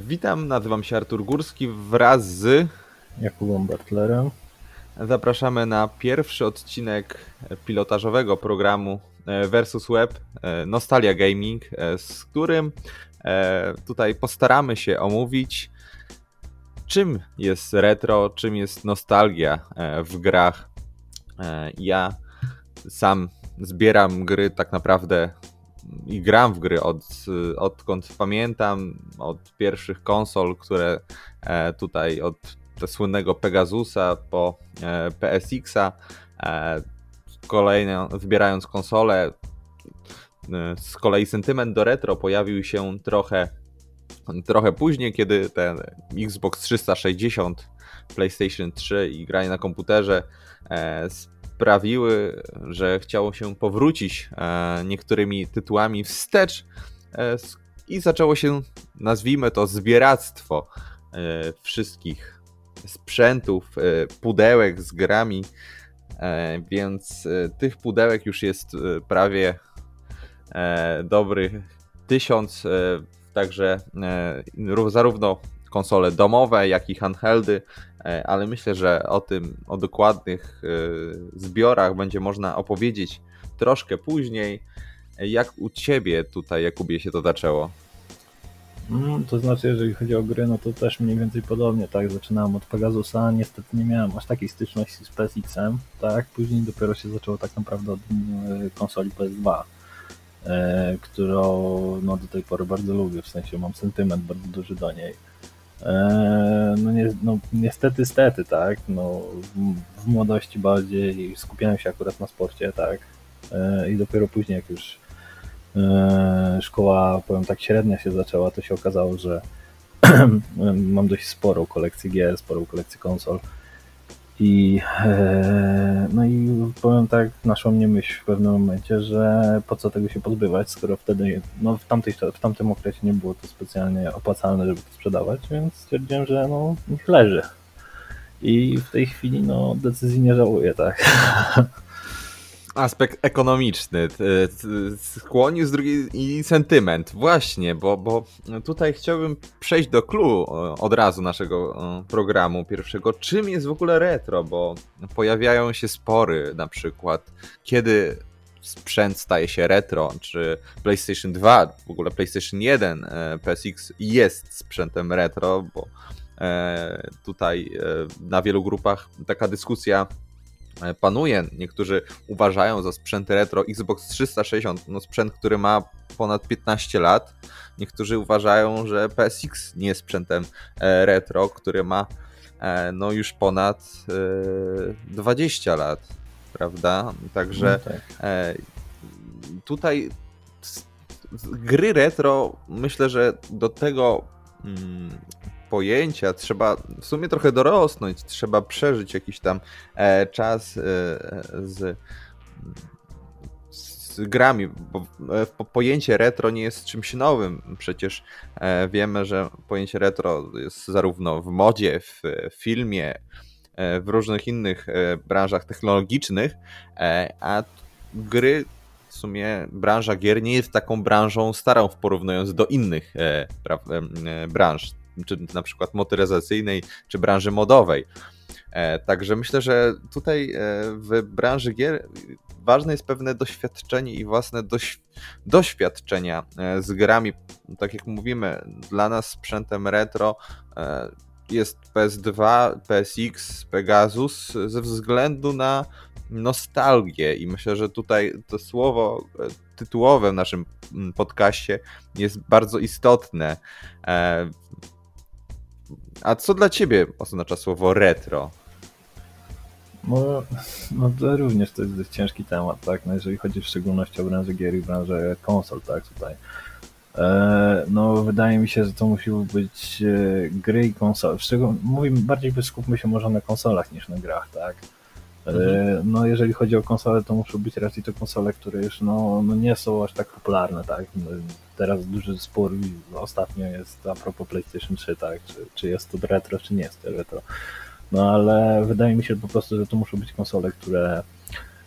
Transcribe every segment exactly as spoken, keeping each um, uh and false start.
Witam, nazywam się Artur Górski wraz z... Jakubem Bartlerem. Zapraszamy na pierwszy odcinek pilotażowego programu Versus Web Nostalgia Gaming, z którym tutaj postaramy się omówić, czym jest retro, czym jest nostalgia w grach. Ja sam zbieram gry tak naprawdę i gram w gry od, odkąd pamiętam, od pierwszych konsol, które tutaj od słynnego Pegasusa po P S X-a, kolejno zbierając konsole. Z kolei sentyment do retro pojawił się trochę, trochę później, kiedy ten Xbox trzysta sześćdziesiąt, PlayStation trzy i granie na komputerze sprawiły, że chciało się powrócić niektórymi tytułami wstecz i zaczęło się, nazwijmy to, zbieractwo wszystkich sprzętów, pudełek z grami, więc tych pudełek już jest prawie dobry tysiąc, także zarówno konsole domowe, jak i handheldy, ale myślę, że o tym, o dokładnych zbiorach będzie można opowiedzieć troszkę później. Jak u Ciebie tutaj, Jakubie, się to zaczęło? Mm, to znaczy, jeżeli chodzi o gry, no to też mniej więcej podobnie, tak, zaczynałem od Pegasusa, niestety nie miałem aż takiej styczności z P S X-em, tak, później dopiero się zaczęło tak naprawdę od konsoli P S dwa, e, którą no do tej pory bardzo lubię, w sensie mam sentyment bardzo duży do niej. E, no, nie, no niestety, stety, tak, no w, w młodości bardziej skupiałem się akurat na sporcie, tak, e, i dopiero później jak już szkoła, powiem tak, średnia się zaczęła, to się okazało, że mam dość sporą kolekcję gier, sporą kolekcję konsol i no i powiem tak, naszła mnie myśl w pewnym momencie, że po co tego się pozbywać, skoro wtedy, no w, tamtej, w tamtym okresie nie było to specjalnie opłacalne, żeby to sprzedawać, więc stwierdziłem, że no niech leży i w tej chwili no decyzji nie żałuję, tak. Aspekt ekonomiczny skłonił, z drugiej i sentyment. Właśnie, bo, bo tutaj chciałbym przejść do clou od razu naszego programu pierwszego. Czym jest w ogóle retro? Bo pojawiają się spory, na przykład kiedy sprzęt staje się retro, czy PlayStation dwa, w ogóle PlayStation jeden, P S X jest sprzętem retro, bo tutaj na wielu grupach taka dyskusja panuje. Niektórzy uważają za sprzęt retro Xbox trzysta sześćdziesiąt, no sprzęt, który ma ponad piętnaście lat. Niektórzy uważają, że P S X nie jest sprzętem retro, który ma no już ponad dwadzieścia lat, prawda? Także no tak. Tutaj gry retro, myślę, że do tego hmm, pojęcia trzeba w sumie trochę dorosnąć, trzeba przeżyć jakiś tam e, czas e, z, z grami, bo e, pojęcie retro nie jest czymś nowym. Przecież e, wiemy, że pojęcie retro jest zarówno w modzie, w, w filmie, e, w różnych innych e, branżach technologicznych, e, a gry, w sumie branża gier nie jest taką branżą starą, porównując do innych e, pra, e, branż, czy na przykład motoryzacyjnej, czy branży modowej. E, także myślę, że tutaj e, w branży gier ważne jest pewne doświadczenie i własne doś, doświadczenia e, z grami. Tak jak mówimy, dla nas sprzętem retro e, jest P S dwa, P S X, Pegasus ze względu na nostalgię i myślę, że tutaj to słowo tytułowe w naszym podcaście jest bardzo istotne. E, A co dla Ciebie oznacza słowo retro? No, no to również to jest dość ciężki temat, tak? No jeżeli chodzi w szczególności o branżę gier i branżę konsol, tak, tutaj. E, no wydaje mi się, że to musi być e, gry i konsole. Mówimy, bardziej skupmy się może na konsolach niż na grach, tak? E, mhm. No jeżeli chodzi o konsole, to muszą być raczej to konsole, które już no, no nie są aż tak popularne, tak? No, teraz duży spór ostatnio jest a propos PlayStation trzy, tak? Czy, czy jest to retro, czy nie jest to retro. No ale wydaje mi się po prostu, że to muszą być konsole, które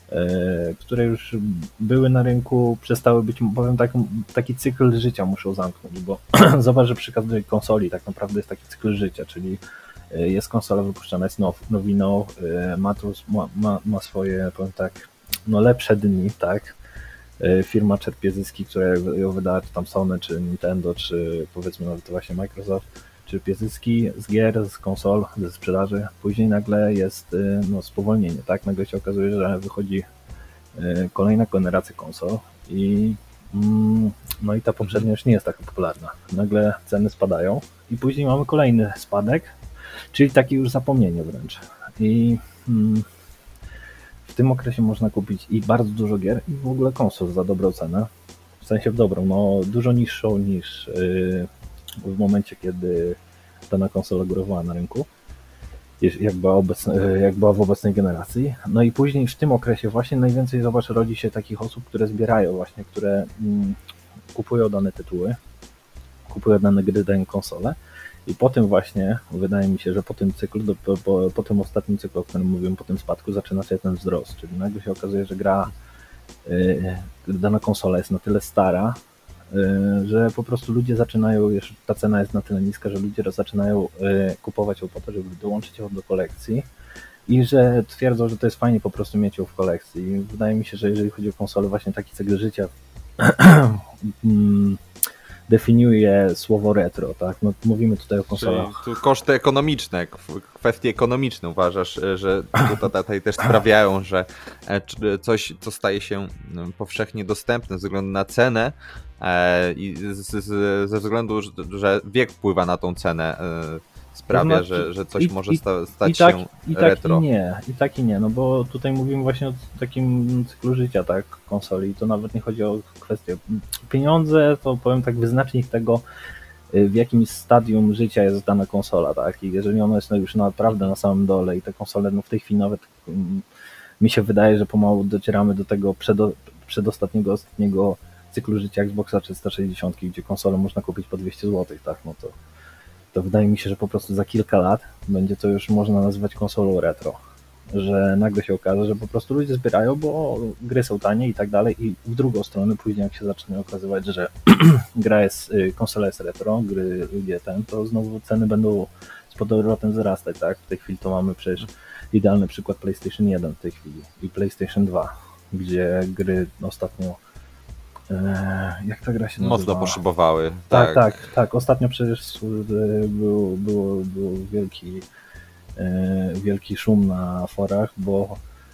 które już były na rynku, przestały być, powiem tak, taki cykl życia muszą zamknąć, bo zobacz, że przy każdej konsoli tak naprawdę jest taki cykl życia, czyli jest konsola wypuszczana, jest now, nowiną, ma, tu, ma, ma swoje, powiem tak, no lepsze dni, tak, firma czerpie zyski, które ją wydała, czy tam Sony, czy Nintendo, czy powiedzmy nawet właśnie Microsoft, czerpie zyski z gier, z konsol, ze sprzedaży. Później nagle jest no, spowolnienie, tak? Nagle się okazuje, że wychodzi kolejna generacja konsol i no i ta poprzednia już nie jest taka popularna. Nagle ceny spadają i później mamy kolejny spadek, czyli takie już zapomnienie wręcz. I mm, w tym okresie można kupić i bardzo dużo gier i w ogóle konsol za dobrą cenę. W sensie w dobrą, no dużo niższą niż yy, w momencie, kiedy dana konsola górowała na rynku, jak była, obecna, jak była w obecnej generacji. No i później w tym okresie właśnie najwięcej, zobacz, rodzi się takich osób, które zbierają właśnie, które mm, kupują dane tytuły, kupują dane gry, dają konsole i po tym właśnie, wydaje mi się, że po tym cyklu, po, po, po tym ostatnim cyklu, o którym mówiłem, po tym spadku zaczyna się ten wzrost, czyli nagle się okazuje, że gra, yy, dana konsola jest na tyle stara, że po prostu ludzie zaczynają, już ta cena jest na tyle niska, że ludzie zaczynają kupować ją po to, żeby dołączyć ją do kolekcji i że twierdzą, że to jest fajnie po prostu mieć ją w kolekcji. I wydaje mi się, że jeżeli chodzi o konsolę, właśnie taki cykl życia definiuje słowo retro, tak? No, mówimy tutaj o konsolach. Czyli tu koszty ekonomiczne, kwestie ekonomiczne uważasz, że tutaj też sprawiają, że coś, co staje się powszechnie dostępne ze względu na cenę i ze względu, że wiek wpływa na tą cenę, sprawia, to znaczy, że, że coś i, może sta, stać i tak, się i tak, retro. I nie, i tak i nie, no bo tutaj mówimy właśnie o takim cyklu życia, tak, konsoli, to nawet nie chodzi o kwestię pieniądze, to powiem tak, wyznacznik tego, w jakim stadium życia jest dana konsola, tak, i jeżeli ona jest już naprawdę na samym dole i te konsole, no w tej chwili nawet um, mi się wydaje, że pomału docieramy do tego przedo, przedostatniego, ostatniego cyklu życia Xboxa trzysta sześćdziesiąt, gdzie konsolę można kupić po dwieście złotych, tak, no to to wydaje mi się, że po prostu za kilka lat będzie to już można nazywać konsolą retro, że nagle się okaże, że po prostu ludzie zbierają, bo gry są tanie i tak dalej i w drugą stronę później jak się zacznie okazywać, że gra jest, konsola jest retro, gry ludzie ten, to znowu ceny będą z powrotem wzrastać, tak? W tej chwili to mamy przecież idealny przykład PlayStation jeden w tej chwili i PlayStation dwa, gdzie gry ostatnio jak ta gra się nazywa? Mocno poszybowały. Tak, tak, tak, tak. Ostatnio przecież był, był, był wielki, wielki szum na forach, bo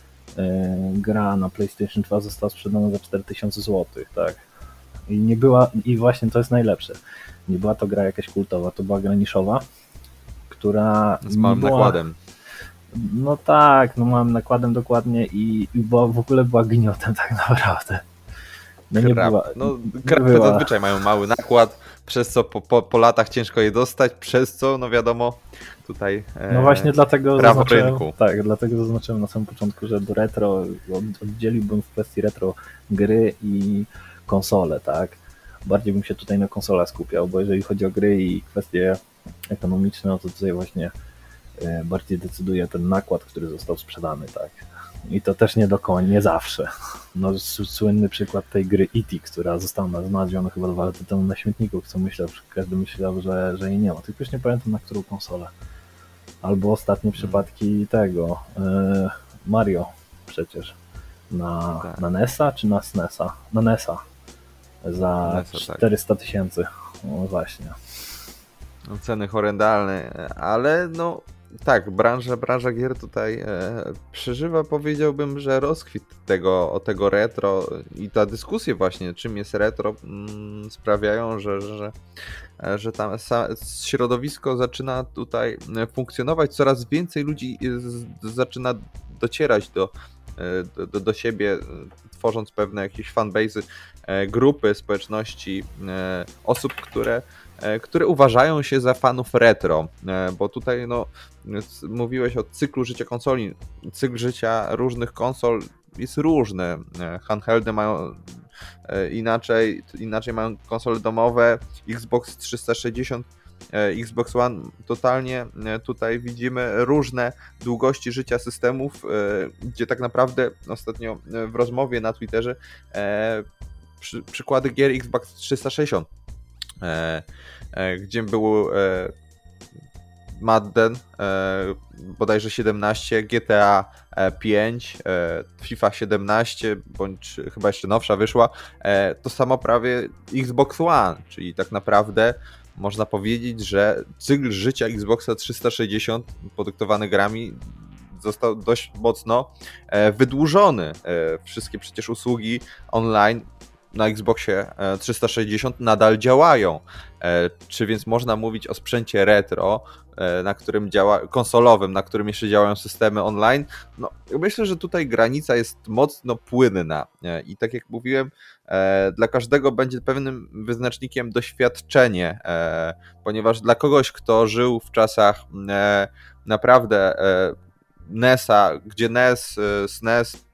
gra na PlayStation dwa została sprzedana za cztery tysiące złotych, tak. I nie była, i właśnie to jest najlepsze. Nie była to gra jakaś kultowa, to była gra niszowa, która... Z małym była, nakładem. No tak, no małym nakładem dokładnie i, i była, w ogóle była gniotem tak naprawdę. No nie Krab. była. No, krapy zazwyczaj mają mały nakład, przez co po, po, po latach ciężko je dostać, przez co, no wiadomo, tutaj e, no właśnie dlatego prawo zaznaczyłem, rynku. Tak, dlatego zaznaczyłem na samym początku, że do retro oddzieliłbym w kwestii retro gry i konsole, tak. Bardziej bym się tutaj na konsolach skupiał, bo jeżeli chodzi o gry i kwestie ekonomiczne, no to tutaj właśnie e, bardziej decyduje ten nakład, który został sprzedany, tak. I to też nie do końca, nie zawsze. No, słynny przykład tej gry E T, która została znaleziona chyba dwa lata temu na śmietniku, co myślał, że każdy myślał, że, że jej nie ma. Tylko już nie pamiętam na którą konsolę. Albo ostatnie przypadki tego yy, Mario przecież na, tak. na N E S a czy na S N E S a? Na N E S a za N E S a, czterysta tysięcy. Tak. No właśnie. No, ceny horrendalne, ale no tak, branża, branża gier tutaj e, przeżywa, powiedziałbym, że rozkwit tego, tego retro i ta dyskusja właśnie, czym jest retro, mm, sprawiają, że, że, że tam środowisko zaczyna tutaj funkcjonować, coraz więcej ludzi z, zaczyna docierać do, do, do siebie, tworząc pewne jakieś fanbase'y, e, grupy, społeczności, e, osób, które które uważają się za fanów retro, bo tutaj no, mówiłeś o cyklu życia konsoli. Cykl życia różnych konsol jest różny. Handheldy mają inaczej, inaczej mają konsole domowe. Xbox trzysta sześćdziesiąt Xbox One totalnie tutaj widzimy różne długości życia systemów, gdzie tak naprawdę ostatnio w rozmowie na Twitterze przy, przykłady gier Xbox trzysta sześćdziesiąt, gdzie był Madden, bodajże siedemnaście, G T A pięć, FIFA siedemnaście, bądź chyba jeszcze nowsza wyszła, to samo prawie Xbox One, czyli tak naprawdę można powiedzieć, że cykl życia Xboxa trzysta sześćdziesiąt podyktowany grami został dość mocno wydłużony. Wszystkie przecież usługi online na Xboxie trzysta sześćdziesiąt nadal działają. Czy więc można mówić o sprzęcie retro, na którym działa, konsolowym, na którym jeszcze działają systemy online? No, myślę, że tutaj granica jest mocno płynna i tak jak mówiłem, dla każdego będzie pewnym wyznacznikiem doświadczenie, ponieważ dla kogoś, kto żył w czasach naprawdę N E S-a, gdzie N E S, S N E S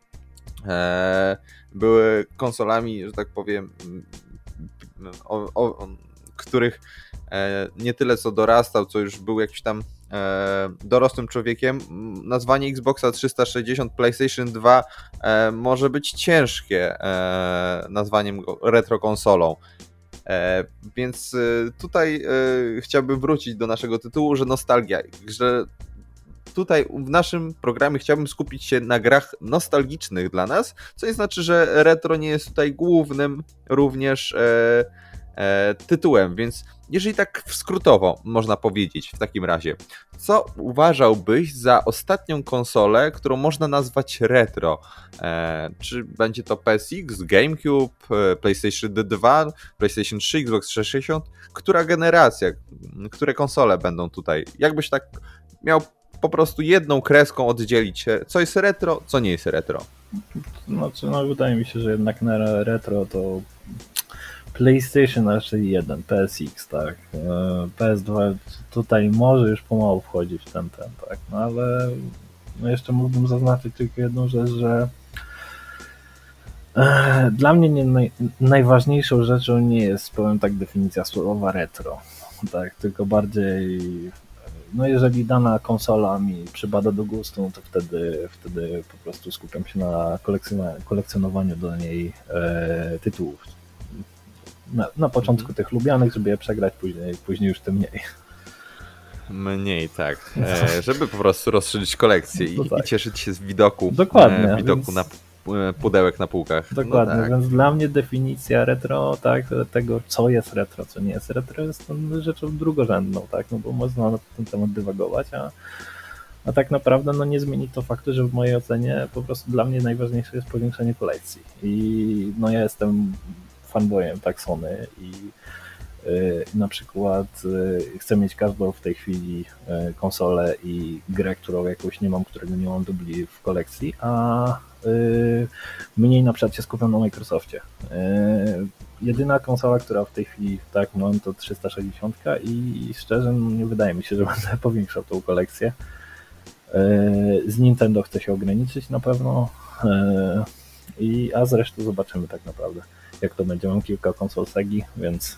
były konsolami, że tak powiem, o, o, których nie tyle co dorastał, co już był jakiś tam dorosłym człowiekiem, nazwanie Xboxa trzysta sześćdziesiąt PlayStation dwa może być ciężkie nazwaniem go retro konsolą. Więc tutaj chciałbym wrócić do naszego tytułu, że nostalgia, że tutaj w naszym programie chciałbym skupić się na grach nostalgicznych dla nas, co nie znaczy, że retro nie jest tutaj głównym również e, e, tytułem, więc jeżeli tak skrótowo można powiedzieć w takim razie, co uważałbyś za ostatnią konsolę, którą można nazwać retro? E, czy będzie to P S X, GameCube, PlayStation dwa, PlayStation trzy, Xbox trzysta sześćdziesiąt? Która generacja, które konsole będą tutaj? Jakbyś tak miał po prostu jedną kreską oddzielić, co jest retro, co nie jest retro? Znaczy, no wydaje mi się, że jednak na retro to PlayStation raczej jeden, P S X, tak. P S dwa tutaj może już pomału wchodzić w ten ten, tak. No ale no jeszcze mógłbym zaznaczyć tylko jedną rzecz, że dla mnie nie, naj, najważniejszą rzeczą nie jest, powiem tak, definicja słowa retro, tak, tylko bardziej, no jeżeli dana konsola mi przypada do gustu, no to wtedy, wtedy po prostu skupiam się na kolekcjonowaniu do niej e, tytułów. Na, na początku mm. tych lubianych, żeby je przegrać, później, później już tym mniej. Mniej, tak. E, żeby po prostu rozszerzyć kolekcję i, no tak. i cieszyć się z widoku. Dokładnie. E, widoku więc... na pudełek na półkach. Dokładnie, no tak. Więc dla mnie definicja retro, tak, tego co jest retro, co nie jest retro, jest rzeczą drugorzędną, tak, no bo można na ten temat dywagować, a, a tak naprawdę no nie zmieni to faktu, że w mojej ocenie po prostu dla mnie najważniejsze jest powiększenie kolekcji i no ja jestem fanboyem tak Sony i yy, na przykład yy, chcę mieć każdą w tej chwili yy, konsolę i grę, którą jakąś nie mam, którego nie mam dubli w kolekcji, a Yy, mniej na przykład się skupiam na Microsoftie. Yy, jedyna konsola, która w tej chwili tak mam, to trzysta sześćdziesiąt i szczerze nie wydaje mi się, że będę powiększał tą kolekcję. Yy, z Nintendo chcę się ograniczyć na pewno, yy, i, a zresztą zobaczymy tak naprawdę, jak to będzie. Mam kilka konsol Segi, więc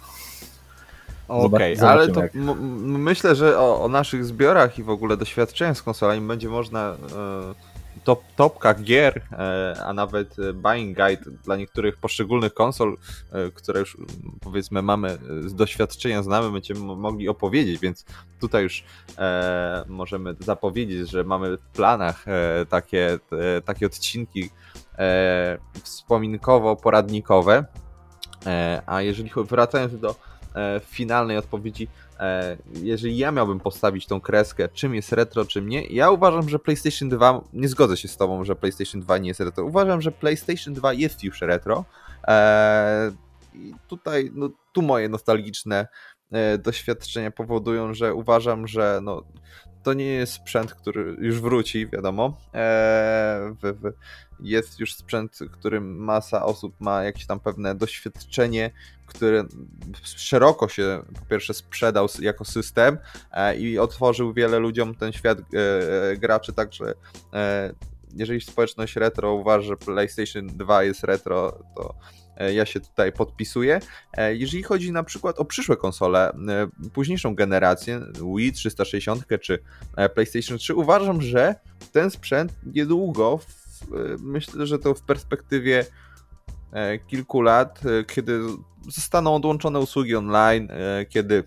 Okej, okay, ale to m- myślę, że o, o naszych zbiorach i w ogóle doświadczeniach z konsolami będzie można yy... top, topkach gier, a nawet buying guide dla niektórych poszczególnych konsol, które już powiedzmy mamy z doświadczenia, znamy, będziemy mogli opowiedzieć, więc tutaj już e, możemy zapowiedzieć, że mamy w planach e, takie, e, takie odcinki e, wspominkowo-poradnikowe, e, a jeżeli wracając do e, finalnej odpowiedzi, jeżeli ja miałbym postawić tą kreskę, czym jest retro, czym nie, ja uważam, że PlayStation dwa, nie zgodzę się z tobą, że PlayStation dwa nie jest retro. Uważam, że PlayStation dwa jest już retro. Eee, I tutaj, no, tu moje nostalgiczne e, doświadczenia powodują, że uważam, że no, to nie jest sprzęt, który już wróci, wiadomo. Eee, w, w, jest już sprzęt, którym masa osób ma jakieś tam pewne doświadczenie, który szeroko się po pierwsze sprzedał jako system e, i otworzył wiele ludziom ten świat e, graczy, także e, jeżeli społeczność retro uważa, że PlayStation dwa jest retro, to ja się tutaj podpisuję. Jeżeli chodzi na przykład o przyszłe konsole, późniejszą generację, Wii trzysta sześćdziesiąt czy PlayStation trzy, uważam, że ten sprzęt niedługo, myślę, że to w perspektywie kilku lat, kiedy zostaną odłączone usługi online, kiedy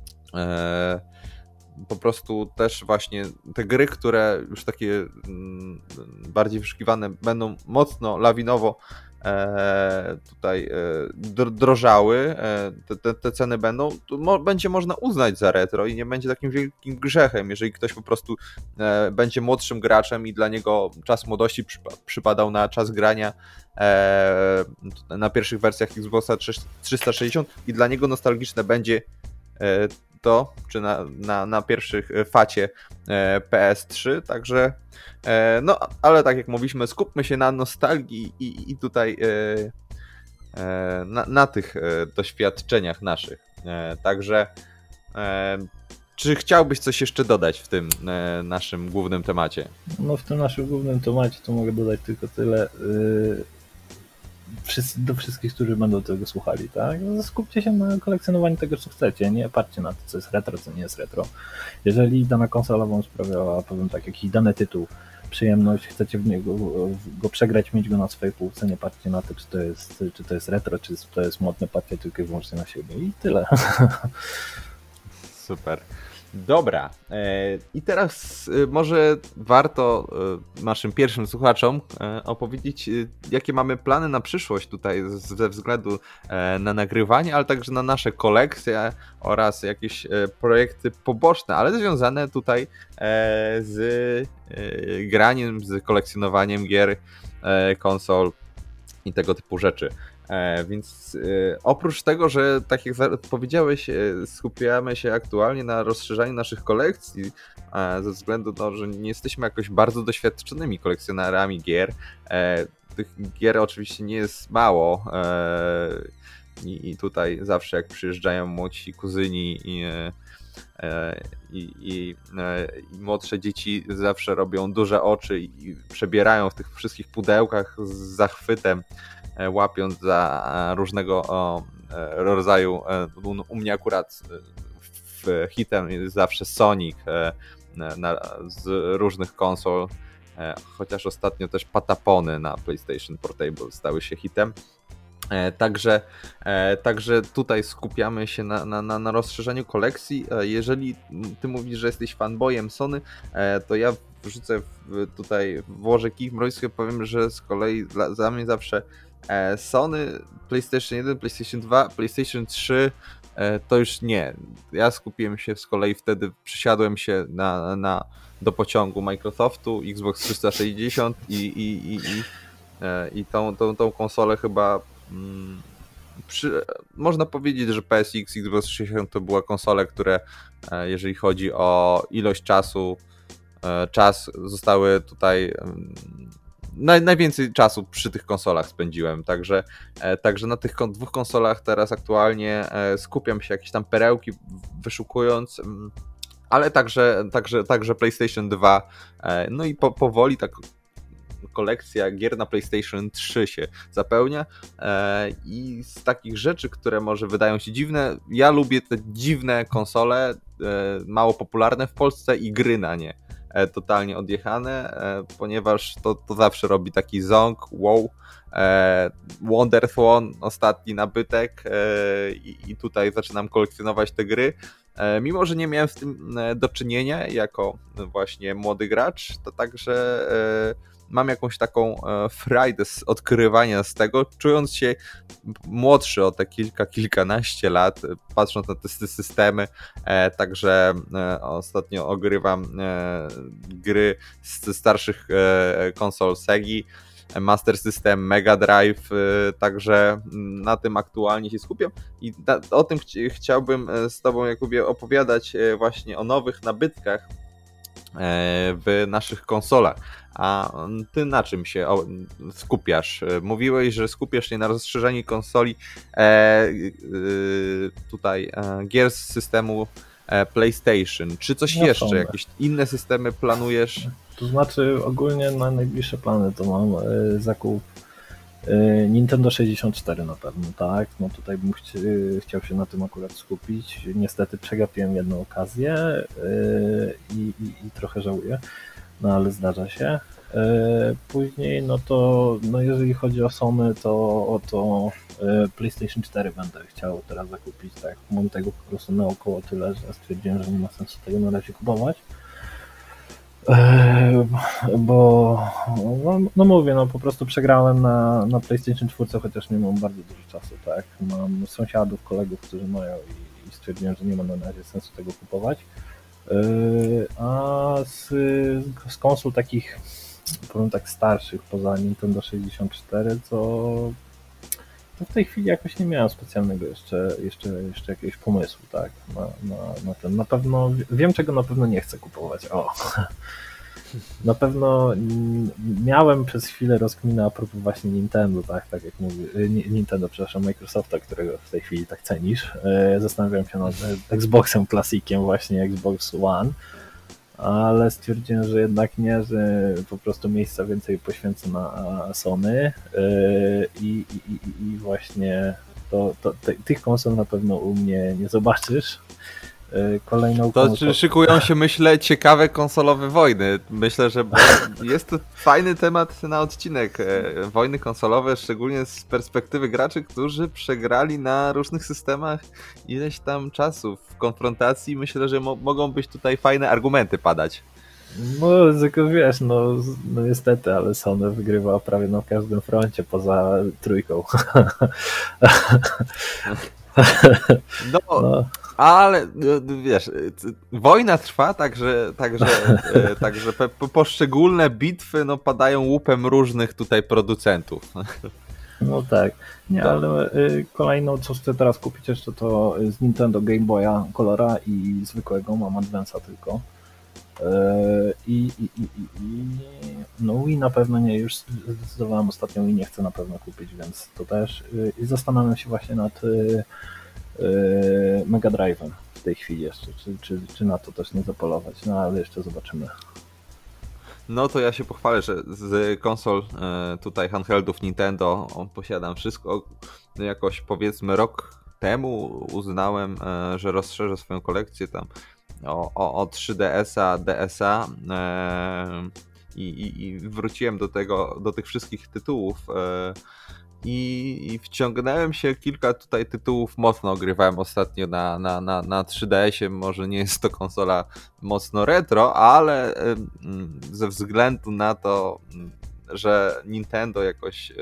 po prostu też właśnie te gry, które już takie bardziej wyszukiwane będą mocno lawinowo e, tutaj e, drożały, e, te, te, te ceny będą, to mo, będzie można uznać za retro i nie będzie takim wielkim grzechem, jeżeli ktoś po prostu e, będzie młodszym graczem i dla niego czas młodości przypa- przypadał na czas grania e, na pierwszych wersjach Xboxa trzysta sześćdziesiąt i dla niego nostalgiczne będzie e, to, czy na, na, na pierwszych facie e, P S trzy, także e, no, ale tak jak mówiliśmy, skupmy się na nostalgii i, i tutaj e, e, na, na tych e, doświadczeniach naszych, e, także e, czy chciałbyś coś jeszcze dodać w tym e, naszym głównym temacie? No w tym naszym głównym temacie to mogę dodać tylko tyle, yy... do wszystkich, którzy będą tego słuchali, tak? Skupcie się na kolekcjonowaniu tego, co chcecie, nie patrzcie na to, co jest retro, co nie jest retro. Jeżeli dana konsola wam sprawiała, powiem tak, jakiś dany tytuł, przyjemność, chcecie w niego go przegrać, mieć go na swojej półce, nie patrzcie na to, czy to jest, czy to jest retro, czy to jest modne, patrzcie tylko i wyłącznie na siebie i tyle. Super. Dobra, i teraz może warto naszym pierwszym słuchaczom opowiedzieć, jakie mamy plany na przyszłość tutaj ze względu na nagrywanie, ale także na nasze kolekcje oraz jakieś projekty poboczne, ale związane tutaj z graniem, z kolekcjonowaniem gier, konsol i tego typu rzeczy. E, więc e, oprócz tego, że tak jak powiedziałeś, e, skupiamy się aktualnie na rozszerzaniu naszych kolekcji, e, ze względu na to, że nie jesteśmy jakoś bardzo doświadczonymi kolekcjonerami gier. E, tych gier oczywiście nie jest mało e, i, i tutaj zawsze jak przyjeżdżają młodsi kuzyni i, e, i, i, e, i młodsze dzieci zawsze robią duże oczy i, i przebierają w tych wszystkich pudełkach z zachwytem, łapiąc za różnego o, rodzaju, u mnie akurat w hitem jest zawsze Sonic na, z różnych konsol, chociaż ostatnio też Patapony na PlayStation Portable stały się hitem. Także, także tutaj skupiamy się na, na, na rozszerzeniu kolekcji. Jeżeli ty mówisz, że jesteś fanboyem Sony, to ja wrzucę tutaj, włożę kij w mrowisku, powiem, że z kolei dla, dla mnie zawsze Sony, PlayStation jeden, PlayStation dwa, PlayStation trzy to już nie. Ja skupiłem się z kolei wtedy, przysiadłem się na, na, do pociągu Microsoftu, Xbox trzysta sześćdziesiąt i, i, i, i, i tą, tą, tą konsolę chyba mm, przy, można powiedzieć, że P S X, Xbox trzysta sześćdziesiąt to była konsola, które jeżeli chodzi o ilość czasu, czas zostały tutaj Naj, najwięcej czasu przy tych konsolach spędziłem, także, e, także na tych kon, dwóch konsolach teraz aktualnie e, skupiam się jakieś tam perełki wyszukując, m, ale także, także, także PlayStation dwa, e, no i po, powoli tak kolekcja gier na PlayStation trzy się zapełnia e, i z takich rzeczy, które może wydają się dziwne, ja lubię te dziwne konsole, e, mało popularne w Polsce i gry na nie totalnie odjechane, ponieważ to, to zawsze robi taki ząg, wow, Wonderthron, ostatni nabytek i, i tutaj zaczynam kolekcjonować te gry. Mimo że nie miałem z tym do czynienia jako właśnie młody gracz, to także mam jakąś taką frajdę z odkrywania z tego, czując się młodszy o te kilka, kilkanaście lat, patrząc na te systemy, także ostatnio ogrywam gry z starszych konsol Segi, Master System, Mega Drive, także na tym aktualnie się skupiam i o tym ch- chciałbym z tobą, Jakubie, opowiadać właśnie o nowych nabytkach w naszych konsolach. A ty na czym się skupiasz? Mówiłeś, że skupiasz się na rozszerzeniu konsoli e, tutaj e, gier z systemu e, PlayStation. Czy coś no jeszcze? Sądzę. Jakieś inne systemy planujesz? To znaczy ogólnie na najbliższe plany to mam e, zakup Nintendo sześćdziesiąt cztery na pewno, tak. No tutaj bym chci, chciał się na tym akurat skupić. Niestety przegapiłem jedną okazję yy, i, i, i trochę żałuję, no ale zdarza się. Yy, później, no to no jeżeli chodzi o Sony, to o to yy, PlayStation cztery będę chciał teraz zakupić, tak. Mam tego po prostu naokoło tyle, że stwierdziłem, że nie ma sensu tego na razie kupować. Bo no, no mówię, no po prostu przegrałem na, na PlayStation cztery, chociaż nie mam bardzo dużo czasu, tak. Mam sąsiadów, kolegów, którzy mają i, i stwierdziłem, że nie ma na razie sensu tego kupować. A z, z konsol takich, powiem tak, starszych, poza Nintendo sześćdziesiąt cztery, to, to w tej chwili jakoś nie miałem specjalnego jeszcze, jeszcze, jeszcze jakiegoś pomysłu, tak, na, na, na ten. Na pewno wiem, czego na pewno nie chcę kupować. O. Na pewno miałem przez chwilę rozkminę a propos właśnie Nintendo, tak, tak jak mówię, Nintendo, przepraszam, Microsofta, którego w tej chwili tak cenisz. Zastanawiam się nad Xboxem Classiciem, właśnie Xbox One, ale stwierdziłem, że jednak nie, że po prostu miejsca więcej poświęcę na Sony i, i, i właśnie to, to, te, tych konsol na pewno u mnie nie zobaczysz. Kolejną to konsolę. Szykują się, myślę, ciekawe konsolowe wojny. Myślę, że jest to fajny temat na odcinek. Wojny konsolowe, szczególnie z perspektywy graczy, którzy przegrali na różnych systemach ileś tam czasu w konfrontacji. Myślę, że mo- mogą być tutaj fajne argumenty padać. No, tylko wiesz, no, no niestety, ale Sony wygrywa prawie na każdym froncie poza trójką. No, no. Ale wiesz, wojna trwa, także, także, także poszczególne bitwy no, padają łupem różnych tutaj producentów. No tak, nie, ale kolejną, co chcę teraz kupić jeszcze, to z Nintendo Game Boya Colora i zwykłego, mam Advance'a tylko. I, i, i, i no i na pewno nie, już zdecydowałem ostatnio i nie chcę na pewno kupić, więc to też. I zastanawiam się właśnie nad Mega Drive'em w tej chwili jeszcze, czy, czy, czy na to też nie zapolować, no ale jeszcze zobaczymy. No to ja się pochwalę, że z konsol tutaj handheldów Nintendo posiadam wszystko. Jakoś powiedzmy rok temu uznałem, że rozszerzę swoją kolekcję tam o, o, o trzy D S-a, D S-a i, i, i wróciłem do tego, do tych wszystkich tytułów. I, I wciągnąłem się kilka tutaj tytułów, mocno ogrywałem ostatnio na, na, na, na trzy D S-ie, może nie jest to konsola mocno retro, ale ze względu na to, że Nintendo jakoś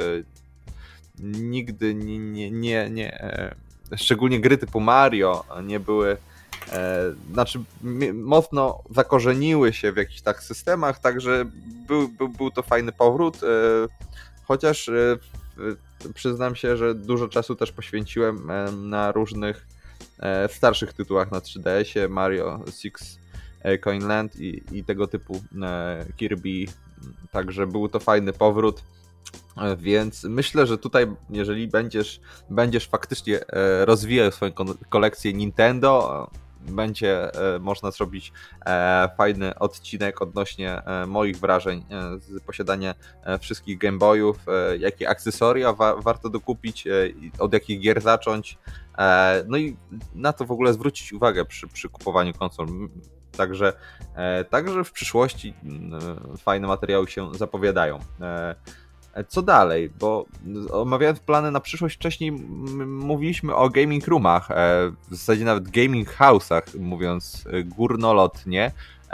nigdy nie, nie, nie, nie szczególnie gry typu Mario nie były, znaczy mocno zakorzeniły się w jakichś tak systemach, także był, był, był to fajny powrót, chociaż przyznam się, że dużo czasu też poświęciłem na różnych starszych tytułach na trzy D S-ie, Mario Six Coin Land i, i tego typu Kirby, także był to fajny powrót, więc myślę, że tutaj jeżeli będziesz, będziesz faktycznie rozwijał swoją kolekcję Nintendo, będzie można zrobić fajny odcinek odnośnie moich wrażeń z posiadania wszystkich Game Boyów, jakie akcesoria wa- warto dokupić, od jakich gier zacząć, no i na to w ogóle zwrócić uwagę przy, przy kupowaniu konsol. Także, także w przyszłości fajne materiały się zapowiadają. Co dalej? Bo omawiając plany na przyszłość, wcześniej mówiliśmy o gaming roomach, w zasadzie nawet gaming house'ach, mówiąc górnolotnie.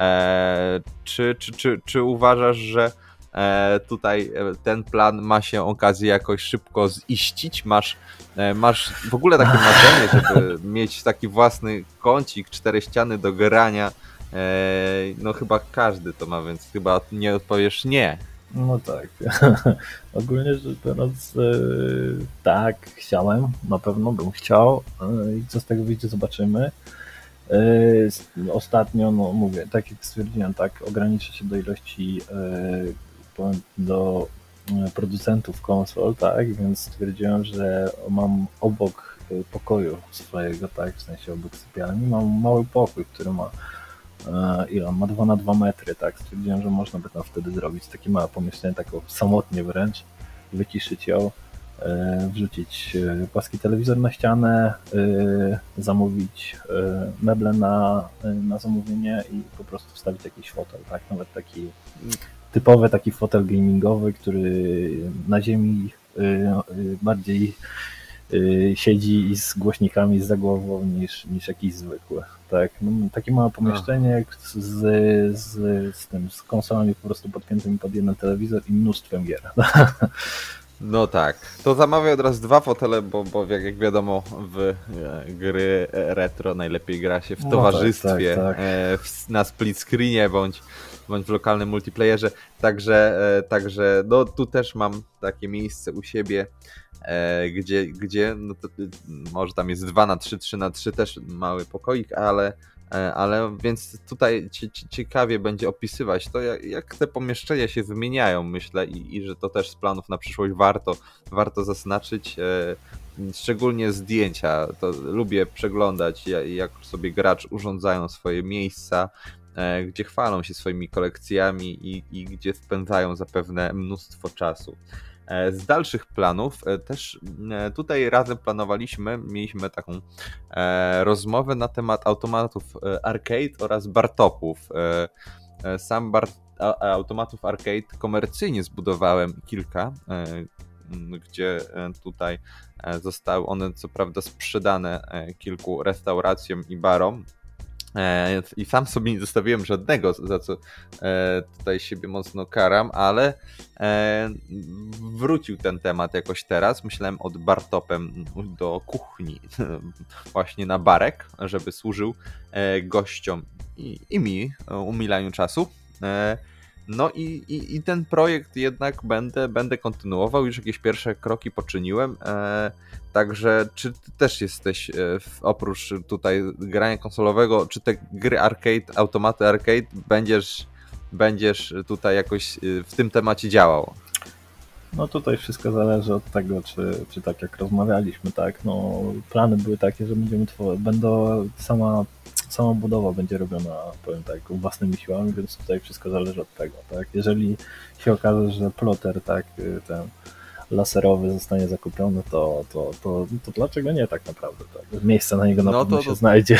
Czy, czy, czy, czy uważasz, że tutaj ten plan ma się okazję jakoś szybko ziścić? Masz, masz w ogóle takie marzenie, żeby mieć taki własny kącik, cztery ściany do grania? No chyba każdy to ma, więc chyba nie odpowiesz nie. No tak, ogólnie rzecz biorąc, yy, tak, chciałem, na pewno bym chciał yy, i co z tego wyjdzie, zobaczymy. Yy, ostatnio, no mówię, tak jak stwierdziłem, tak, ograniczę się do ilości, yy, do producentów konsol, tak, więc stwierdziłem, że mam obok pokoju swojego, tak, w sensie obok sypialni, mam mały pokój, który ma ile on ma dwa na dwa metry, tak, stwierdziłem, że można by tam wtedy zrobić takie małe pomieszczenie, tak samotnie wręcz wyciszyć ją, wrzucić płaski telewizor na ścianę, zamówić meble na, na zamówienie i po prostu wstawić jakiś fotel, tak? Nawet taki typowy taki fotel gamingowy, który na ziemi bardziej siedzi i z głośnikami za głową niż, niż jakiś zwykły. Tak? No, takie małe pomieszczenie z, z, z tym, z konsolami po prostu podpiętymi pod jeden telewizor i mnóstwem gier. No tak, to zamawiaj od razu dwa fotele, bo, bo jak, jak wiadomo w gry retro najlepiej gra się w No towarzystwie, tak, tak, tak. W, na split screenie bądź, bądź w lokalnym multiplayerze, także, także no, tu też mam takie miejsce u siebie, gdzie, gdzie no to, może tam jest dwa na trzy, trzy na trzy też mały pokoik, ale ale więc tutaj ciekawie będzie opisywać to, jak, jak te pomieszczenia się wymieniają, myślę, i, i że to też z planów na przyszłość warto, warto zaznaczyć, e, szczególnie zdjęcia, to lubię przeglądać, jak, jak sobie gracz urządzają swoje miejsca, e, gdzie chwalą się swoimi kolekcjami i, i gdzie spędzają zapewne mnóstwo czasu. Z dalszych planów też tutaj razem planowaliśmy, mieliśmy taką rozmowę na temat automatów arcade oraz bartopów. Sam bar, automatów arcade komercyjnie zbudowałem kilka, gdzie tutaj zostały one co prawda sprzedane kilku restauracjom i barom. I sam sobie nie zostawiłem żadnego, za co tutaj siebie mocno karam, ale wrócił ten temat jakoś teraz. Myślałem od bartopem do kuchni, właśnie na barek, żeby służył gościom i, i mi, umilaniu czasu. No i, i, i ten projekt jednak będę, będę kontynuował, już jakieś pierwsze kroki poczyniłem, e, także czy ty też jesteś, e, w, oprócz tutaj grania konsolowego, czy te gry arcade, automaty arcade, będziesz, będziesz tutaj jakoś w tym temacie działał? No tutaj wszystko zależy od tego, czy, czy tak jak rozmawialiśmy, tak, no plany były takie, że będziemy tworzyć, będą sama sama budowa będzie robiona, powiem tak, własnymi siłami, więc tutaj wszystko zależy od tego, tak. Jeżeli się okaże, że ploter, tak, ten laserowy zostanie zakupiony, to, to, to, to dlaczego nie tak naprawdę, tak. Miejsce na niego na no pewno to, się to... znajdzie.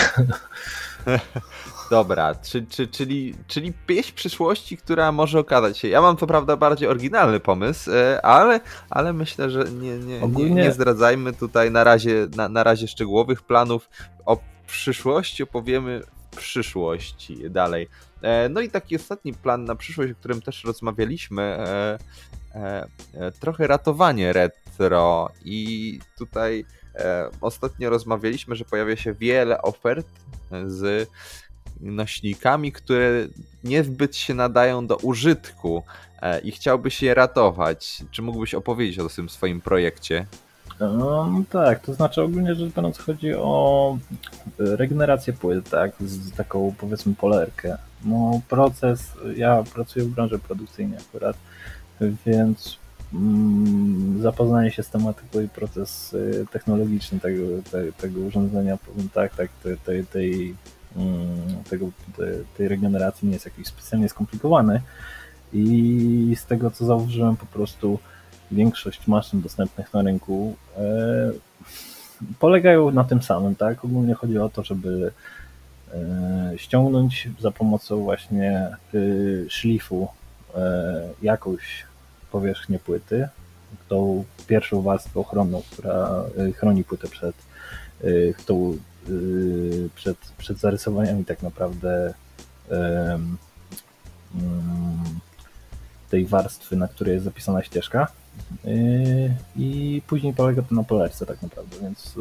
Dobra, czy, czy, czyli, czyli pieśń przyszłości, która może okazać się. Ja mam co prawda bardziej oryginalny pomysł, ale, ale myślę, że nie, nie, Ogólnie... nie, nie zdradzajmy tutaj na razie, na, na razie szczegółowych planów. O przyszłości opowiemy w przyszłości dalej. No i taki ostatni plan na przyszłość, o którym też rozmawialiśmy, trochę ratowanie retro i tutaj ostatnio rozmawialiśmy, że pojawia się wiele ofert z nośnikami, które niezbyt się nadają do użytku i chciałbyś je ratować. Czy mógłbyś opowiedzieć o tym swoim projekcie? No tak, to znaczy ogólnie rzecz biorąc chodzi o regenerację płyt, tak, z taką powiedzmy polerkę. No proces, ja pracuję w branży produkcyjnej akurat, więc mm, zapoznanie się z tematyką i proces technologiczny tego, te, tego urządzenia, powiem tak, tak tej, tej, tej, tego, tej regeneracji nie jest jakiś specjalnie skomplikowany i z tego co zauważyłem po prostu większość maszyn dostępnych na rynku e, polegają na tym samym, tak? Ogólnie chodzi o to, żeby e, ściągnąć za pomocą właśnie e, szlifu e, jakąś powierzchnię płyty, tą pierwszą warstwę ochronną, która e, chroni płytę przed, e, tą, e, przed, przed zarysowaniami tak naprawdę e, mm, tej warstwy, na której jest zapisana ścieżka. I później polega to na polerce tak naprawdę, więc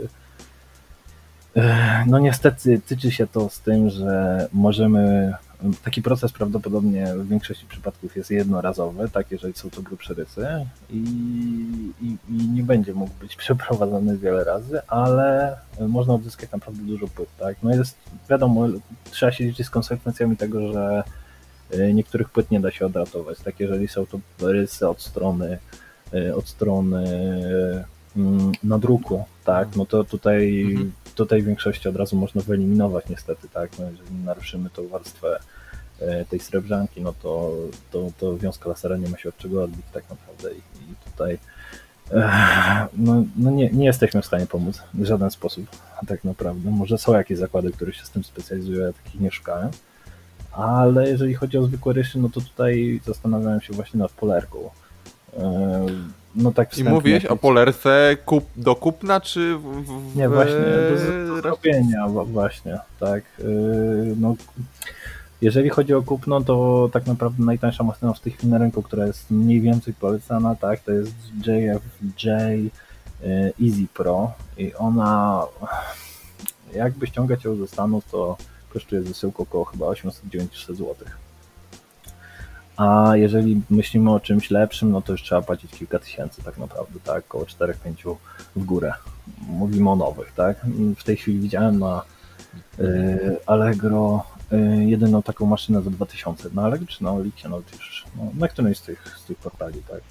no niestety tyczy się to z tym, że możemy, taki proces prawdopodobnie w większości przypadków jest jednorazowy, tak, jeżeli są to grubsze rysy i, i, i nie będzie mógł być przeprowadzony wiele razy, ale można odzyskać naprawdę dużo płyt, tak, no jest wiadomo, trzeba się liczyć z konsekwencjami tego, że niektórych płyt nie da się odratować, tak, jeżeli są to rysy od strony od strony nadruku, tak, no to tutaj, mhm. tutaj w większości od razu można wyeliminować niestety, tak, no jeżeli naruszymy tą warstwę tej srebrzanki, no to, to, to wiązka lasera nie ma się od czego odbić tak naprawdę i, i tutaj no, no nie, nie jesteśmy w stanie pomóc w żaden sposób, tak naprawdę. Może są jakieś zakłady, które się z tym specjalizują, ja takich nie szukałem, ale jeżeli chodzi o zwykłe ryszy, no to tutaj zastanawiałem się właśnie nad polerką. No tak I mówiłeś o polerce kup, do kupna, czy w, w, nie, właśnie, do, do zrobienia właśnie, tak. No, jeżeli chodzi o kupno, to tak naprawdę najtańsza maszyna w tej chwili na rynku, która jest mniej więcej polecana, tak, to jest J F J Easy Pro i ona, jakby ściągać ją ze Stanów, to kosztuje wysyłkę około chyba osiemset do dziewięciuset złotych. A jeżeli myślimy o czymś lepszym, no to już trzeba płacić kilka tysięcy tak naprawdę, tak, około cztery pięć w górę. Mówimy o nowych, tak. W tej chwili widziałem na y, Allegro y, jedyną taką maszynę za dwa tysiące, na Allegro czy na Oliksie, no już, no, na którymś z tych, z tych portali, tak.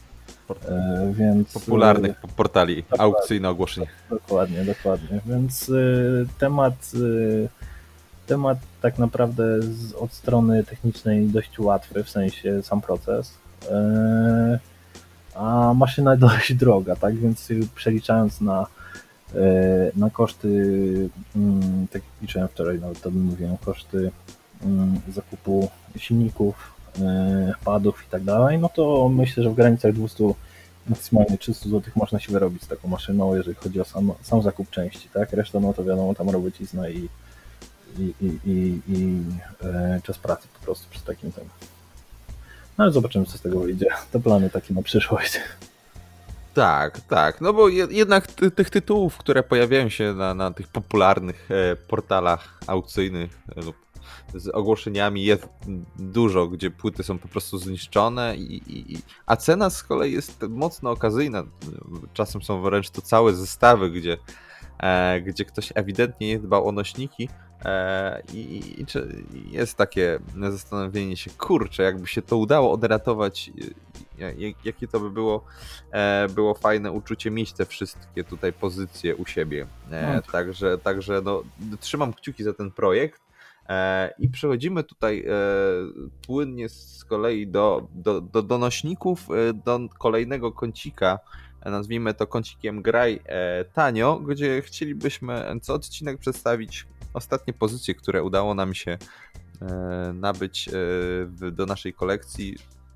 Y, więc, popularnych portali, aukcyjne ogłoszenie. Dokładnie, dokładnie, więc y, temat... Y, Temat tak naprawdę z, od strony technicznej dość łatwy, w sensie sam proces, yy, a maszyna dość droga, tak więc przeliczając na, yy, na koszty, yy, tak jak liczyłem wczoraj, nawet to mówiłem, koszty yy, zakupu silników, yy, padów i tak dalej, no to myślę, że w granicach dwieście, maksymalnie trzysta złotych można się wyrobić z taką maszyną, jeżeli chodzi o sam, sam zakup części, tak, reszta no to wiadomo, tam robocizna i i, i, i, i e, czas pracy po prostu przy takim tym. No ale zobaczymy, co z tego wyjdzie. To plany takie na przyszłość. Tak, tak, no bo jednak ty, tych tytułów, które pojawiają się na, na tych popularnych e, portalach aukcyjnych lub e, z ogłoszeniami jest dużo, gdzie płyty są po prostu zniszczone, i, i, i, a cena z kolei jest mocno okazyjna. Czasem są wręcz to całe zestawy, gdzie, e, gdzie ktoś ewidentnie nie dbał o nośniki. I, i, i jest takie zastanowienie się, kurczę, jakby się to udało odratować, jak, jakie to by było, było fajne uczucie mieć te wszystkie tutaj pozycje u siebie. No. Także, także no, trzymam kciuki za ten projekt i przechodzimy tutaj płynnie z kolei do, do, do donośników, do kolejnego kącika. Nazwijmy to kącikiem Graj tanio, gdzie chcielibyśmy co odcinek przedstawić ostatnie pozycje, które udało nam się e, nabyć e, do naszej kolekcji,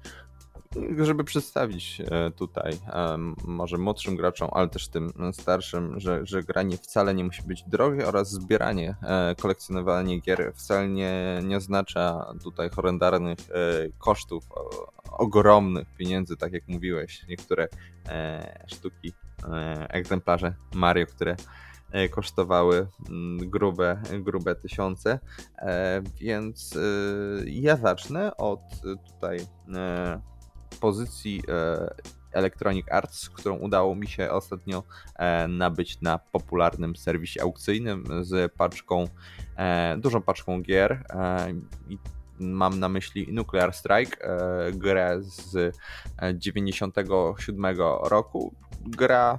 żeby przedstawić e, tutaj e, może młodszym graczom, ale też tym starszym, że, że granie wcale nie musi być drogie oraz zbieranie, e, kolekcjonowanie gier wcale nie, nie oznacza tutaj horrendalnych e, kosztów, o, ogromnych pieniędzy, tak jak mówiłeś. Niektóre e, sztuki, e, egzemplarze Mario, które kosztowały grube, grube tysiące, więc ja zacznę od tutaj pozycji Electronic Arts, którą udało mi się ostatnio nabyć na popularnym serwisie aukcyjnym z paczką, dużą paczką gier. Mam na myśli Nuclear Strike, grę z dziewięćdziesiątego siódmego roku. Gra,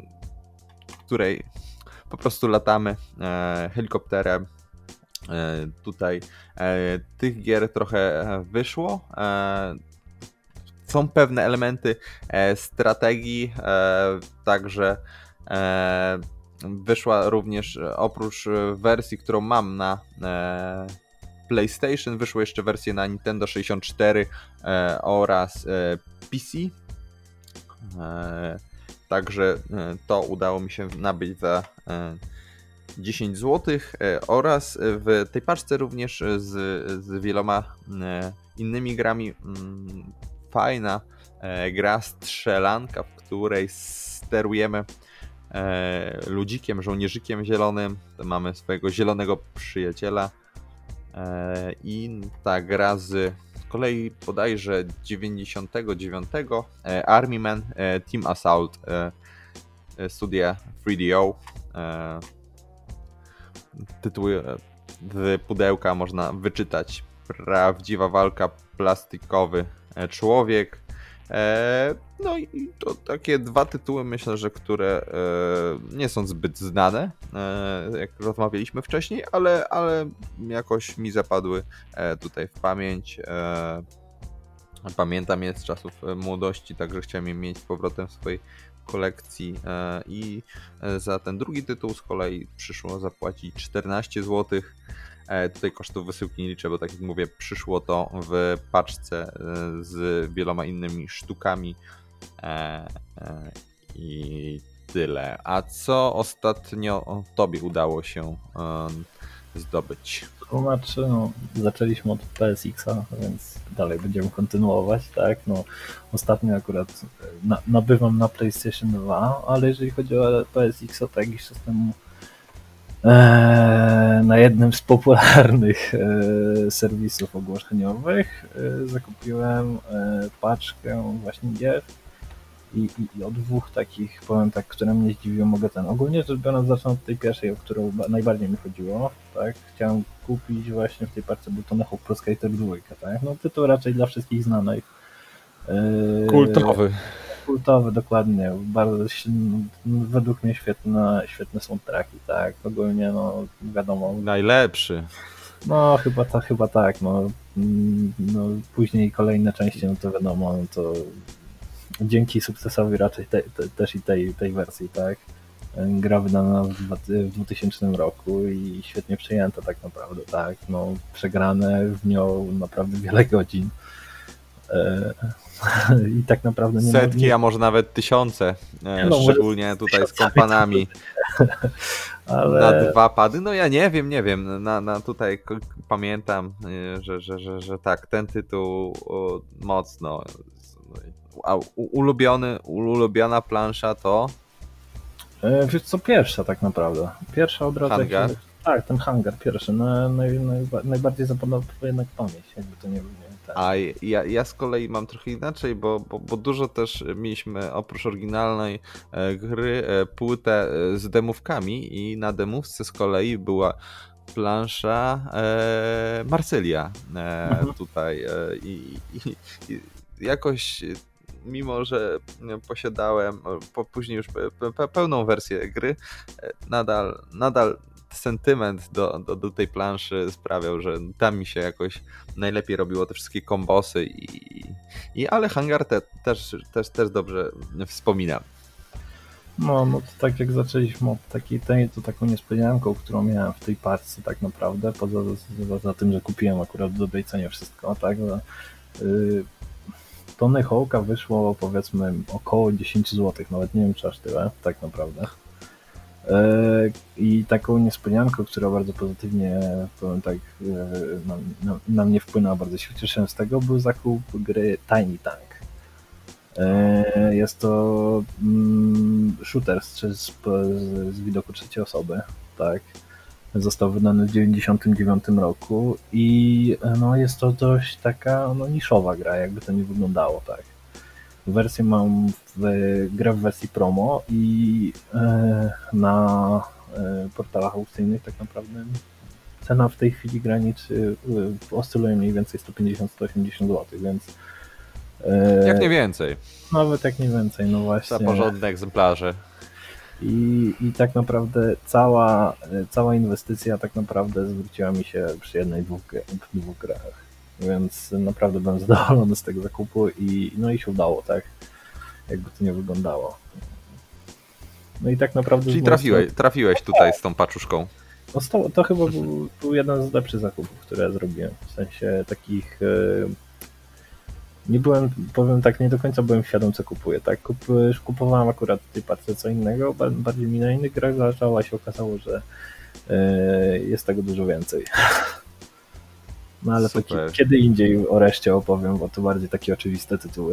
której po prostu latamy e, helikopterem. E, tutaj e, tych gier trochę wyszło. E, są pewne elementy e, strategii, e, także e, wyszła również, e, oprócz wersji, którą mam na e, PlayStation, wyszły jeszcze wersje na Nintendo sześćdziesiąt cztery e, oraz e, P C. E, Także to udało mi się nabyć za dziesięć złotych oraz w tej paczce również z, z wieloma innymi grami fajna gra strzelanka, w której sterujemy ludzikiem, żołnierzykiem zielonym. Mamy swojego zielonego przyjaciela i ta gra z z kolei bodajże dziewięćdziesiątego dziewiątego Army Man Team Assault studia trzy D O. Tytuły z pudełka można wyczytać: Prawdziwa walka, plastikowy człowiek. No i to takie dwa tytuły, myślę, że które nie są zbyt znane, jak rozmawialiśmy wcześniej, ale, ale jakoś mi zapadły tutaj w pamięć. Pamiętam je z czasów e, młodości, także chciałem je mieć z powrotem w swojej kolekcji e, i e, za ten drugi tytuł z kolei przyszło zapłacić czternaście złotych. E, tutaj kosztów wysyłki nie liczę, bo tak jak mówię, przyszło to w paczce e, z wieloma innymi sztukami e, e, i tyle. A co ostatnio tobie udało się e, zdobyć? To znaczy, no, zaczęliśmy od P S X-a, więc dalej będziemy kontynuować, tak? No, ostatnio akurat na, nabywam na PlayStation dwa, ale jeżeli chodzi o P S X-a, to jakiś czas temu e, na jednym z popularnych e, serwisów ogłoszeniowych e, zakupiłem e, paczkę właśnie gier i, i, i o dwóch takich, powiem tak, które mnie zdziwiły, mogę ten. Ogólnie rzecz biorąc, zacznę od tej pierwszej, o którą najbardziej mi chodziło, tak? Chciałem kupić właśnie w tej parce, był to Tony Hawk Pro Skater dwa, tak? No tytuł raczej dla wszystkich znanych. Yy, Kultowy. Kultowy, dokładnie. Bardzo, według mnie świetne, świetne soundtracki, tak? Ogólnie, no wiadomo. Najlepszy. No chyba, ta, chyba tak, no, no. Później kolejne części, no to wiadomo, no to dzięki sukcesowi raczej te, te, też i tej, tej wersji, tak? Gra wydana w, w dwutysięcznym roku i świetnie przyjęta tak naprawdę, tak? No, przegrane w nią naprawdę wiele godzin. I tak naprawdę nie setki, nie... a może nawet tysiące, no, szczególnie tutaj z kompanami. Ale... Na dwa pady, no ja nie wiem, nie wiem, na, na tutaj pamiętam, że, że, że, że tak, ten tytuł o, mocno, a ulubiony, ulubiona plansza to? Wiesz co, pierwsza tak naprawdę, pierwsza od razu. Hangar? Jak... Tak, ten hangar pierwszy, no, naj, naj, najbardziej zapadła jednak pamięć, jakby to nie było. A ja, ja z kolei mam trochę inaczej, bo, bo, bo dużo też mieliśmy oprócz oryginalnej e, gry e, płytę z demówkami i na demówce z kolei była plansza e, Marsylia e, mhm. tutaj e, i, i, i jakoś mimo, że posiadałem po, później już pe, pe, pełną wersję gry, nadal, nadal sentyment do, do, do tej planszy sprawiał, że tam mi się jakoś najlepiej robiło te wszystkie kombosy i, i ale hangar te, też, też, też dobrze wspominam. No, no to tak jak zaczęliśmy od takiej tej, to taką niespodzianką, którą miałem w tej parce tak naprawdę, poza, poza tym, że kupiłem akurat w dobrej cenie wszystko, tak, że yy, Tony Hawk'a wyszło powiedzmy około dziesięć złotych, nawet nie wiem czy aż tyle, tak naprawdę. I taką niespodzianką, która bardzo pozytywnie, powiem tak, na, na, na mnie wpłynęła, bardzo się cieszyłem z tego, był zakup gry Tiny Tank. Jest to shooter z, z, z widoku trzeciej osoby, tak. Został wydany w dziewięćdziesiątym dziewiątym roku i no, jest to dość taka no, niszowa gra, jakby to nie wyglądało, tak. Wersję mam w, grę w wersji promo i e, na e, portalach aukcyjnych tak naprawdę cena w tej chwili graniczy, e, oscyluje mniej więcej sto pięćdziesiąt do stu osiemdziesięciu złotych, więc e, jak nie więcej. Nawet jak nie więcej, no właśnie. Za porządne egzemplarze. I, i tak naprawdę cała, cała inwestycja tak naprawdę zwróciła mi się przy jednej, dwóch, dwóch grach. Więc naprawdę byłem zadowolony z tego zakupu i no i się udało, tak? Jakby to nie wyglądało. No i tak naprawdę... Czyli trafiłeś, trafiłeś tutaj z tą paczuszką. No to chyba był, był jeden z lepszych zakupów, które ja zrobiłem. W sensie takich... Nie byłem, powiem tak, nie do końca byłem świadom, co kupuję, tak? Kup, kupowałem akurat w tej parce co innego, bardziej mi na innych grach zależało, a się okazało, że jest tego dużo więcej. No ale to kiedy indziej o reszcie opowiem, bo to bardziej takie oczywiste tytuły.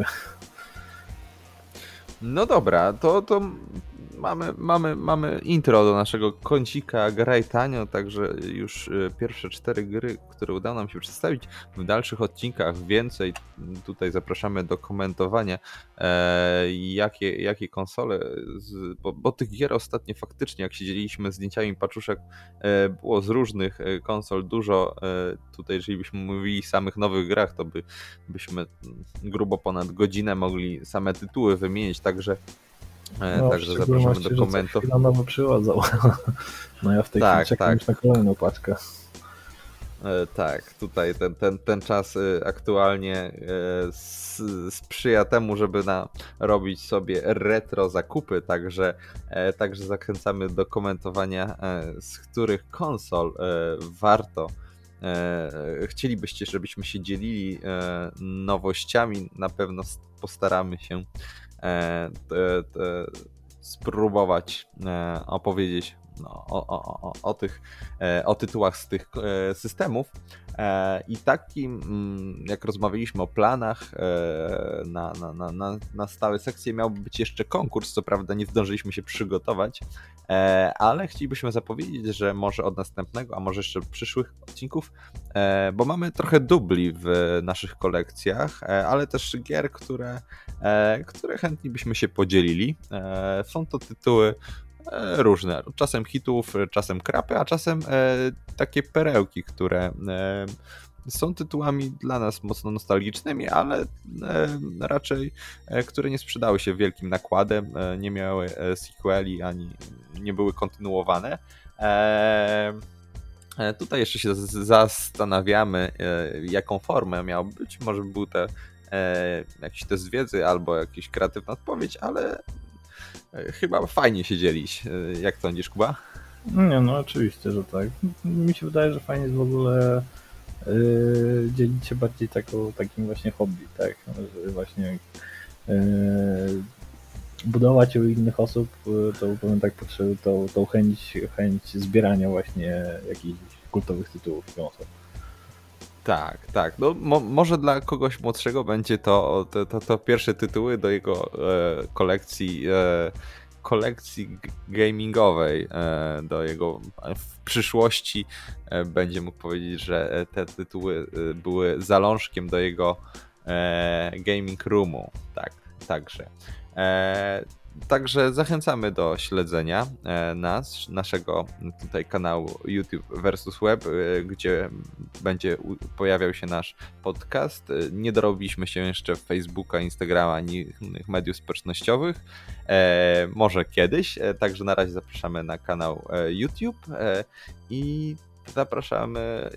No dobra, to, to mamy, mamy, mamy intro do naszego kącika Graj Tanio, także już pierwsze cztery gry, które udało nam się przedstawić. W dalszych odcinkach więcej. Tutaj zapraszamy do komentowania, e, jakie, jakie konsole, z, bo, bo tych gier ostatnio faktycznie, jak się dzieliliśmy zdjęciami paczuszek, e, było z różnych konsol dużo. E, tutaj jeżeli byśmy mówili o samych nowych grach, to by, byśmy grubo ponad godzinę mogli same tytuły wymienić, także No, Także zapraszamy do komentarza. Na nowo przychodzą. No ja w tej tak, chwili czekam tak. już na kolejną paczkę. E, Tak, tutaj ten, ten, ten czas e, aktualnie e, s- sprzyja temu, żeby na, robić sobie retro zakupy, także, e, także zachęcamy do komentowania, e, z których konsol e, warto. e, Chcielibyście, żebyśmy się dzielili e, nowościami. Na pewno s- postaramy się e, te, te, spróbować e, opowiedzieć no, o, o, o, o tych e, o tytułach z tych e, systemów. E, I takim, mm, jak rozmawialiśmy o planach e, na, na, na, na, na stałe sekcje, miałby być jeszcze konkurs. Co prawda nie zdążyliśmy się przygotować, e, ale chcielibyśmy zapowiedzieć, że może od następnego, a może jeszcze przyszłych odcinków, e, bo mamy trochę dubli w naszych kolekcjach, e, ale też gier, które, e, które chętnie byśmy się podzielili. E, są to tytuły e, różne. Czasem hitów, czasem krapy, a czasem e, takie perełki, które e, są tytułami dla nas mocno nostalgicznymi, ale e, raczej e, które nie sprzedały się wielkim nakładem, e, nie miały e, sequeli, ani nie były kontynuowane. E, e, Tutaj jeszcze się z- zastanawiamy, e, jaką formę miał być. Może by był to e, jakiś test wiedzy albo jakaś kreatywna odpowiedź, ale e, chyba fajnie się dzielić. E, Jak sądzisz, Kuba? Nie, no oczywiście, że tak. Mi się wydaje, że fajnie jest w ogóle yy, dzielić się bardziej taką, takim właśnie hobby, tak? Że właśnie yy, budować u innych osób yy, tą, powiem tak, potrzeby, tą, tą chęć, chęć zbierania właśnie jakichś kultowych tytułów i konsol. Tak, tak. No, mo, może dla kogoś młodszego będzie to, to, to, to pierwsze tytuły do jego e, kolekcji e, kolekcji g- gamingowej, e, do jego w przyszłości e, będzie mógł powiedzieć, że te tytuły e, były zalążkiem do jego e, gaming roomu. Tak, także. E, Także zachęcamy do śledzenia e, nas, naszego tutaj kanału YouTube versus Web, e, gdzie będzie u- pojawiał się nasz podcast. E, Nie dorobiliśmy się jeszcze w Facebooka, Instagrama ani innych mediów społecznościowych. E, może kiedyś, e, także na razie zapraszamy na kanał e, YouTube e, i zapraszamy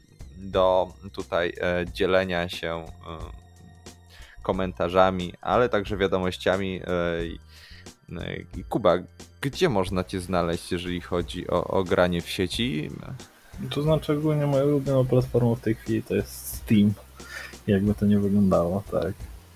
do tutaj e, dzielenia się e, komentarzami, ale także wiadomościami. e, i- e, i Kuba, gdzie można Cię znaleźć, jeżeli chodzi o, o granie w sieci? To znaczy ogólnie moją ulubioną platformą w tej chwili to jest Steam, jakby to nie wyglądało, tak.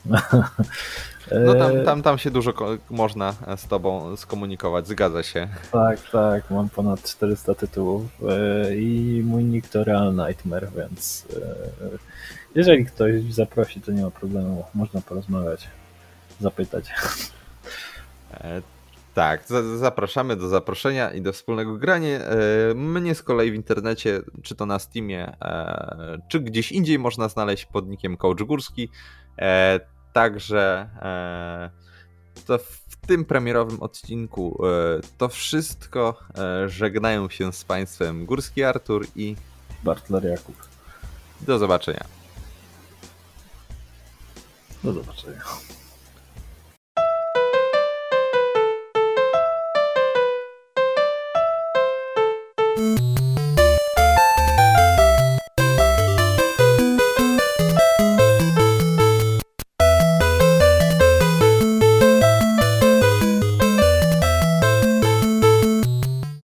No tam, E, tam, tam się dużo ko- można z Tobą skomunikować, zgadza się. Tak, tak, mam ponad czterysta tytułów e, i mój nick to Real Nightmare, więc e, jeżeli ktoś zaprosi, to nie ma problemu, można porozmawiać, zapytać. E, Tak, za- zapraszamy do zaproszenia i do wspólnego grania. E, Mnie z kolei w internecie, czy to na Steamie, e, czy gdzieś indziej można znaleźć pod nickiem Coach Górski. E, Także e, to w tym premierowym odcinku e, to wszystko. E, Żegnają się z Państwem Górski Artur i Bartler Jakub, do zobaczenia. do zobaczenia.